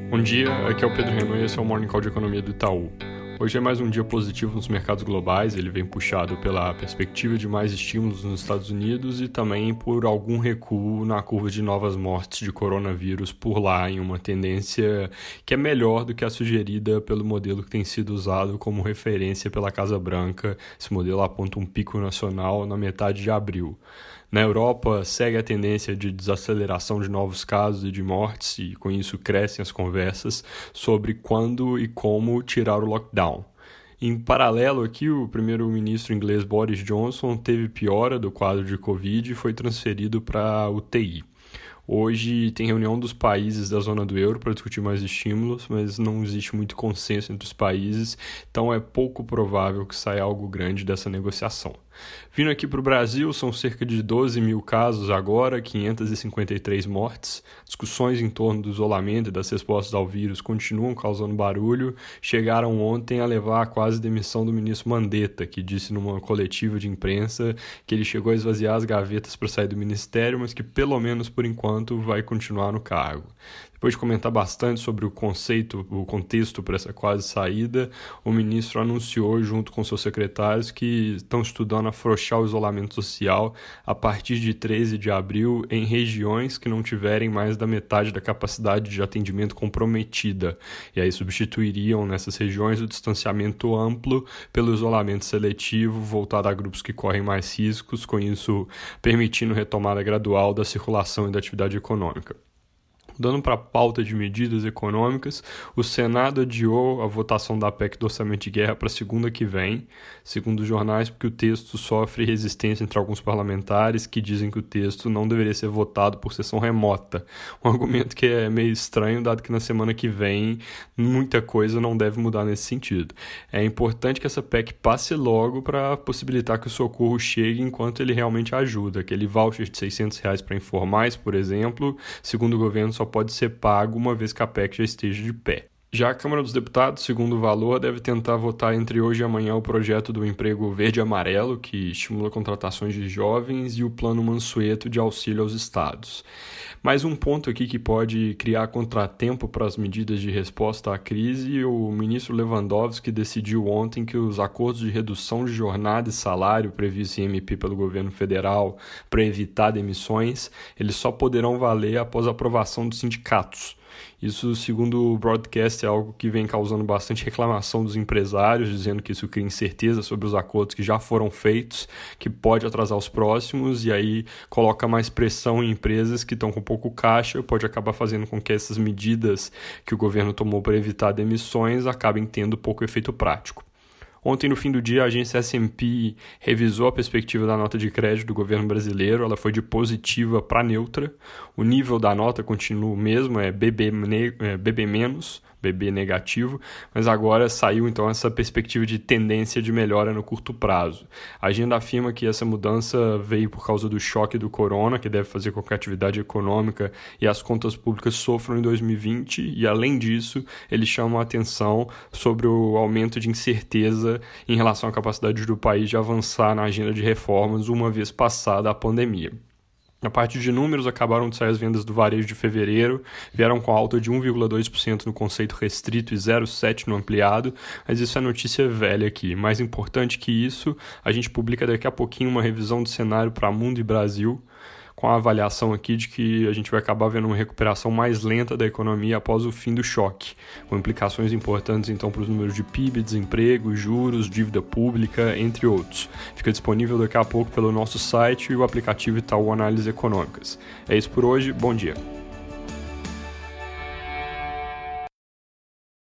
Bom dia, aqui é o Pedro Renault e esse é o Morning Call de Economia do Itaú. Hoje é mais um dia positivo nos mercados globais, ele vem puxado pela perspectiva de mais estímulos nos Estados Unidos e também por algum recuo na curva de novas mortes de coronavírus por lá, em uma tendência que é melhor do que a sugerida pelo modelo que tem sido usado como referência pela Casa Branca. Esse modelo aponta um pico nacional na metade de abril. Na Europa, segue a tendência de desaceleração de novos casos e de mortes, e com isso crescem as conversas sobre quando e como tirar o lockdown. Em paralelo aqui, o primeiro-ministro inglês Boris Johnson teve piora do quadro de Covid e foi transferido para a UTI. Hoje tem reunião dos países da zona do euro para discutir mais estímulos, mas não existe muito consenso entre os países, então é pouco provável que saia algo grande dessa negociação. Vindo aqui para o Brasil, são cerca de 12 mil casos agora, 553 mortes. Discussões em torno do isolamento e das respostas ao vírus continuam causando barulho. Chegaram ontem a levar a quase demissão do ministro Mandetta, que disse numa coletiva de imprensa que ele chegou a esvaziar as gavetas para sair do ministério, mas que pelo menos por enquanto vai continuar no cargo. Depois de comentar bastante sobre o contexto para essa quase saída, o ministro anunciou junto com seus secretários que estão estudando afrouxar o isolamento social a partir de 13 de abril em regiões que não tiverem mais da metade da capacidade de atendimento comprometida. E aí substituiriam nessas regiões o distanciamento amplo pelo isolamento seletivo voltado a grupos que correm mais riscos, com isso permitindo retomada gradual da circulação e da atividade econômica. Dando para a pauta de medidas econômicas, o Senado adiou a votação da PEC do orçamento de guerra para segunda que vem, segundo os jornais, porque o texto sofre resistência entre alguns parlamentares que dizem que o texto não deveria ser votado por sessão remota. Um argumento que é meio estranho, dado que na semana que vem muita coisa não deve mudar nesse sentido. É importante que essa PEC passe logo para possibilitar que o socorro chegue enquanto ele realmente ajuda. Aquele voucher de R$600 para informais, por exemplo, segundo o governo, só pode ser pago uma vez que a PEC já esteja de pé. Já a Câmara dos Deputados, segundo o Valor, deve tentar votar entre hoje e amanhã o projeto do emprego verde e amarelo, que estimula contratações de jovens, e o Plano Mansueto de auxílio aos estados. Mais um ponto aqui que pode criar contratempo para as medidas de resposta à crise: o ministro Lewandowski decidiu ontem que os acordos de redução de jornada e salário previstos em MP pelo governo federal para evitar demissões, eles só poderão valer após a aprovação dos sindicatos. Isso, segundo o broadcast, é algo que vem causando bastante reclamação dos empresários, dizendo que isso cria incerteza sobre os acordos que já foram feitos, que pode atrasar os próximos, e aí coloca mais pressão em empresas que estão com pouco caixa, pode acabar fazendo com que essas medidas que o governo tomou para evitar demissões acabem tendo pouco efeito prático. Ontem, no fim do dia, a agência S&P revisou a perspectiva da nota de crédito do governo brasileiro. Ela foi de positiva para neutra. O nível da nota continua o mesmo, é BB-, BB negativo, mas agora saiu então essa perspectiva de tendência de melhora no curto prazo. A agenda afirma que essa mudança veio por causa do choque do corona, que deve fazer com que a atividade econômica e as contas públicas sofram em 2020, e além disso, eles chamam a atenção sobre o aumento de incerteza em relação à capacidade do país de avançar na agenda de reformas uma vez passada a pandemia. A parte de números, acabaram de sair as vendas do varejo de fevereiro, vieram com alta de 1,2% no conceito restrito e 0,7% no ampliado, mas isso é notícia velha aqui. Mais importante que isso, a gente publica daqui a pouquinho uma revisão do cenário para mundo e Brasil, com a avaliação aqui de que a gente vai acabar vendo uma recuperação mais lenta da economia após o fim do choque, com implicações importantes então para os números de PIB, desemprego, juros, dívida pública, entre outros. Fica disponível daqui a pouco pelo nosso site e o aplicativo Itaú Análises Econômicas. É isso por hoje, bom dia.